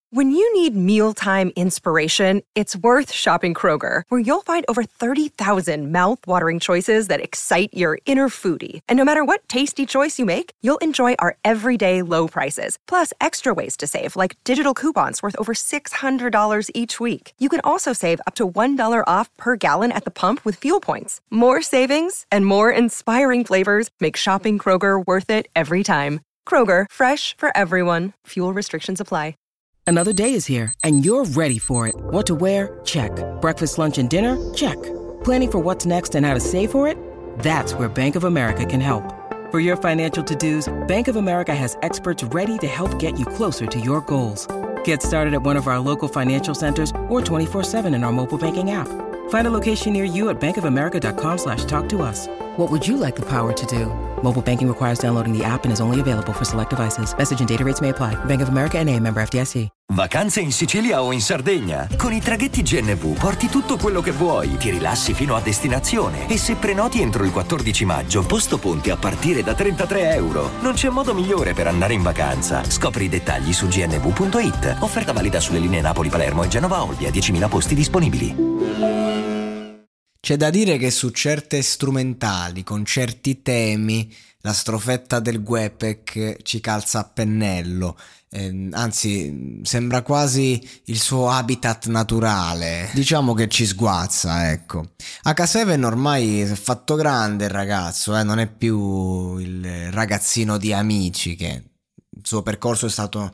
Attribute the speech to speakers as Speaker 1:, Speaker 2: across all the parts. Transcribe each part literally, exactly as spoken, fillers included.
Speaker 1: When you need mealtime inspiration, it's worth shopping Kroger, where you'll find over thirty thousand mouth-watering choices that excite your inner foodie. And no matter what tasty choice you make, you'll enjoy our everyday low prices, plus extra ways to save, like digital coupons worth over six hundred dollars each week. You can also save up to one dollar off per gallon at the pump with fuel points. More savings and more inspiring flavors make shopping Kroger worth it every time. Kroger, fresh for everyone. Fuel restrictions apply.
Speaker 2: Another day is here, and you're ready for it. What to wear? Check. Breakfast, lunch, and dinner? Check. Planning for what's next and how to save for it? That's where Bank of America can help. For your financial to-dos, Bank of America has experts ready to help get you closer to your goals. Get started at one of our local financial centers or twenty-four seven in our mobile banking app. Find a location near you at bankofamerica.com slash talk to us. What would you like the power to do? Mobile banking requires downloading the app and is only available for select devices. Message and data rates may apply. Bank of America N A, member F D I C.
Speaker 3: Vacanze in Sicilia o in Sardegna? Con i traghetti G N V porti tutto quello che vuoi, ti rilassi fino a destinazione e se prenoti entro il quattordici maggio, posto ponti a partire da trentatré euro. Non c'è modo migliore per andare in vacanza. Scopri i dettagli su g n v punto i t. Offerta valida sulle linee Napoli-Palermo e Genova-Olbia, diecimila posti disponibili.
Speaker 4: C'è da dire che su certe strumentali, con certi temi, la strofetta del Guepec ci calza a pennello, eh, anzi sembra quasi il suo habitat naturale, diciamo che ci sguazza, ecco. acca sette ormai si è fatto grande il ragazzo, eh, non è più il ragazzino di Amici, che il suo percorso è stato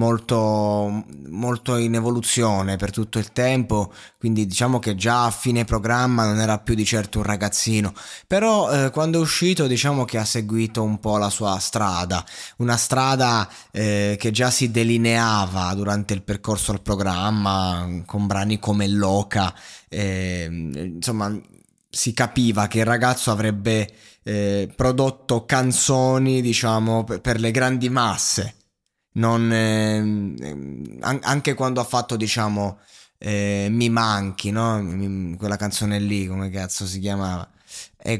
Speaker 4: molto molto in evoluzione per tutto il tempo, quindi diciamo che già a fine programma non era più di certo un ragazzino, però eh, quando è uscito diciamo che ha seguito un po' la sua strada, una strada eh, che già si delineava durante il percorso al programma con brani come Loca, eh, insomma si capiva che il ragazzo avrebbe eh, prodotto canzoni diciamo per, per le grandi masse. Non eh, anche quando ha fatto diciamo eh, Mi manchi, no? Mi, quella canzone lì, come cazzo si chiamava, e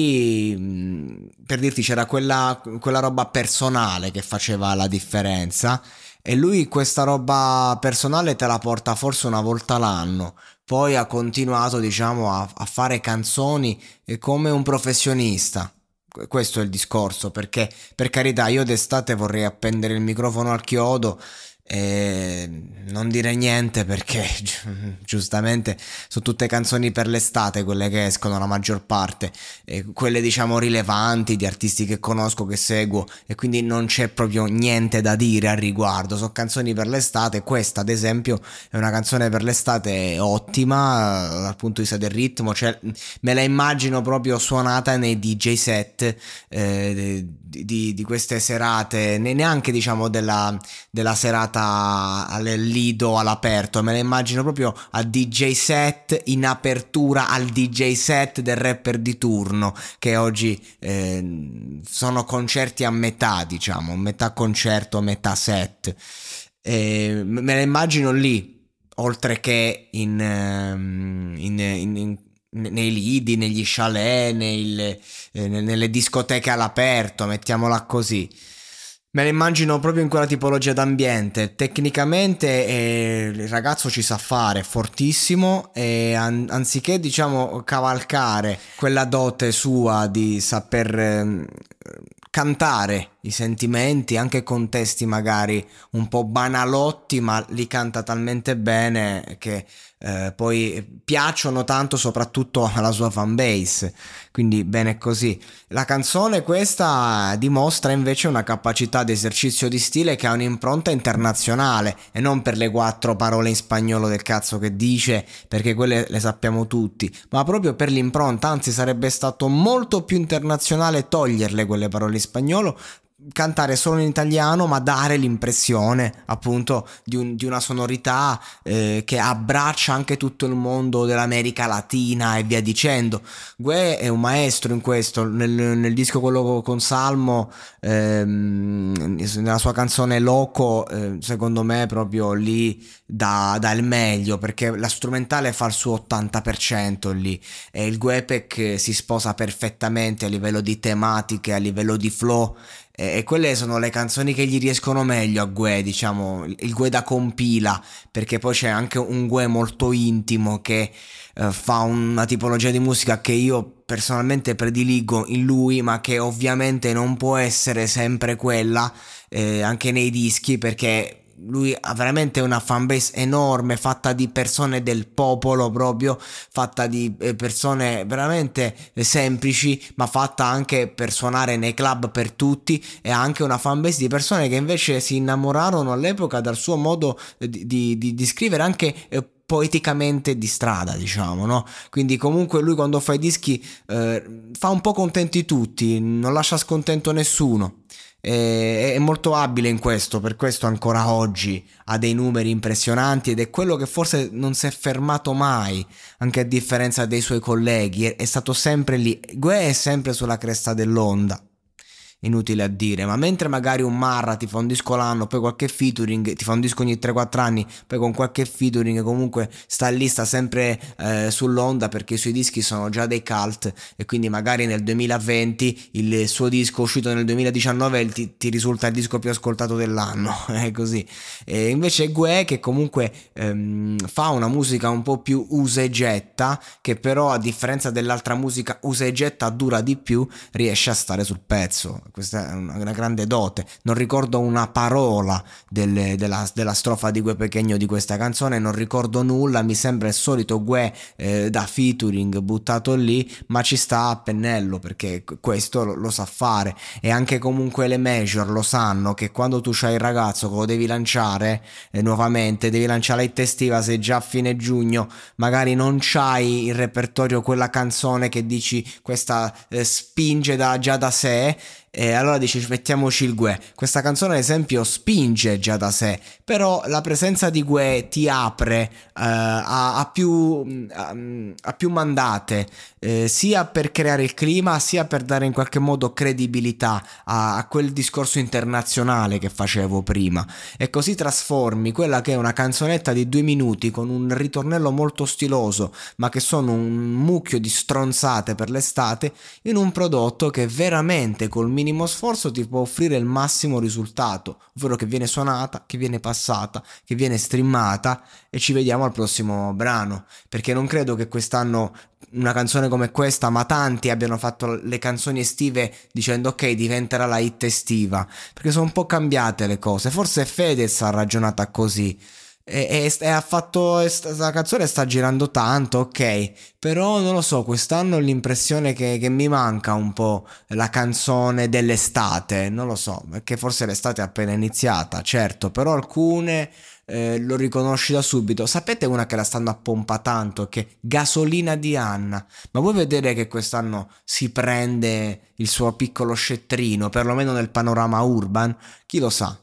Speaker 4: lì per dirti c'era quella, quella roba personale che faceva la differenza, e lui questa roba personale te la porta forse una volta l'anno, poi ha continuato diciamo a, a fare canzoni come un professionista. Questo è il discorso, perché per carità io d'estate vorrei appendere il microfono al chiodo e non dire niente, perché giustamente sono tutte canzoni per l'estate quelle che escono, la maggior parte, e quelle diciamo rilevanti di artisti che conosco, che seguo, e quindi non c'è proprio niente da dire al riguardo, sono canzoni per l'estate. Questa ad esempio è una canzone per l'estate ottima dal punto di vista del ritmo, cioè me la immagino proprio suonata nei D J set eh, di, di, di queste serate, neanche diciamo della, della serata al Lido all'aperto, me la immagino proprio a D J set in apertura al D J set del rapper di turno, che oggi eh, sono concerti a metà, diciamo metà concerto metà set, eh, me la immagino lì, oltre che in, in, in, in nei lidi, negli chalet, nei, eh, nelle discoteche all'aperto, mettiamola così. Me la immagino proprio in quella tipologia d'ambiente. Tecnicamente eh, il ragazzo ci sa fare, è fortissimo, e an- anziché diciamo cavalcare quella dote sua di saper eh, cantare i sentimenti, anche con testi magari un po' banalotti, ma li canta talmente bene che eh, poi piacciono tanto soprattutto alla sua fanbase, quindi bene così. La canzone questa dimostra invece una capacità di esercizio di stile che ha un'impronta internazionale, e non per le quattro parole in spagnolo del cazzo che dice, perché quelle le sappiamo tutti, ma proprio per l'impronta. Anzi, sarebbe stato molto più internazionale toglierle quelle parole in spagnolo, cantare solo in italiano, ma dare l'impressione appunto di, un, di una sonorità eh, che abbraccia anche tutto il mondo dell'America Latina e via dicendo. Gue è un maestro in questo, nel, nel disco quello con Salmo, ehm, nella sua canzone Loco, eh, secondo me proprio lì dà, dà il meglio, perché la strumentale fa il suo ottanta per cento lì, e il Guepec si sposa perfettamente a livello di tematiche, a livello di flow. e quelle sono le canzoni che gli riescono meglio a Guè, diciamo, il Guè da compila, perché poi c'è anche un Guè molto intimo che eh, fa una tipologia di musica che io personalmente prediligo in lui, ma che ovviamente non può essere sempre quella eh, anche nei dischi, perché lui ha veramente una fanbase enorme, fatta di persone del popolo, proprio fatta di persone veramente semplici, ma fatta anche per suonare nei club per tutti, e ha anche una fanbase di persone che invece si innamorarono all'epoca dal suo modo di, di, di, di scrivere anche eh, poeticamente di strada, diciamo, no? Quindi comunque lui quando fa i dischi eh, fa un po' contenti tutti, non lascia scontento nessuno. È molto abile in questo, per questo ancora oggi ha dei numeri impressionanti, ed è quello che forse non si è fermato mai, anche a differenza dei suoi colleghi, è, è stato sempre lì. Guè è sempre sulla cresta dell'onda, inutile a dire, ma mentre magari un Marra ti fa un disco l'anno, poi qualche featuring, ti fa un disco ogni tre quattro anni, poi con qualche featuring comunque sta lì, sta sempre eh, sull'onda, perché i suoi dischi sono già dei cult, e quindi magari nel duemilaventi il suo disco uscito nel duemiladiciannove ti, ti risulta il disco più ascoltato dell'anno, è così. E invece Guè, che comunque ehm, fa una musica un po' più usa e getta, che però a differenza dell'altra musica usa e getta dura di più, riesce a stare sul pezzo. Questa è una grande dote. Non ricordo una parola delle, della, della strofa di Guè Pequeño di questa canzone, non ricordo nulla, mi sembra il solito Guè eh, da featuring buttato lì, ma ci sta a pennello, perché questo lo, lo sa fare, e anche comunque le major lo sanno che quando tu c'hai il ragazzo che lo devi lanciare eh, nuovamente, devi lanciare la hit estiva, se già a fine giugno magari non c'hai in repertorio quella canzone che dici questa eh, spinge da, già da sé, e allora dici mettiamoci il Guè. Questa canzone ad esempio spinge già da sé, però la presenza di Guè ti apre uh, a, a, più, a, a più mandate, eh, sia per creare il clima, sia per dare in qualche modo credibilità a, a quel discorso internazionale che facevo prima, e così trasformi quella che è una canzonetta di due minuti con un ritornello molto stiloso, ma che sono un mucchio di stronzate per l'estate, in un prodotto che veramente col minimo sforzo ti può offrire il massimo risultato, ovvero che viene suonata, che viene passata, che viene streamata, e ci vediamo al prossimo brano, perché non credo che quest'anno una canzone come questa, ma tanti abbiano fatto le canzoni estive dicendo ok, diventerà la hit estiva, perché sono un po' cambiate le cose. Forse Fedez ha ragionata così, e, e, e ha fatto, la canzone sta girando tanto, ok, però non lo so, quest'anno ho l'impressione che, che mi manca un po' la canzone dell'estate, non lo so, perché forse l'estate è appena iniziata, certo, però alcune eh, lo riconosci da subito. Sapete una che la stanno a pompa tanto, che Gasolina di Anna, ma vuoi vedere che quest'anno si prende il suo piccolo scetrino, perlomeno nel panorama urban? Chi lo sa.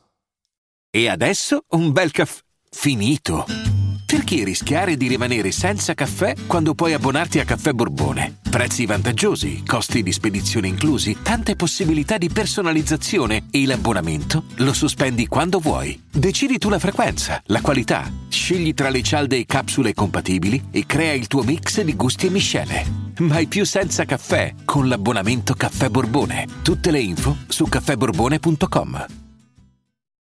Speaker 5: E adesso un bel caffè finito. Perché rischiare di rimanere senza caffè quando puoi abbonarti a Caffè Borbone? Prezzi vantaggiosi, costi di spedizione inclusi, tante possibilità di personalizzazione, e l'abbonamento lo sospendi quando vuoi. Decidi tu la frequenza, la qualità, scegli tra le cialde e capsule compatibili e crea il tuo mix di gusti e miscele. Mai più senza caffè con l'abbonamento Caffè Borbone. Tutte le info su caffè borbone punto com.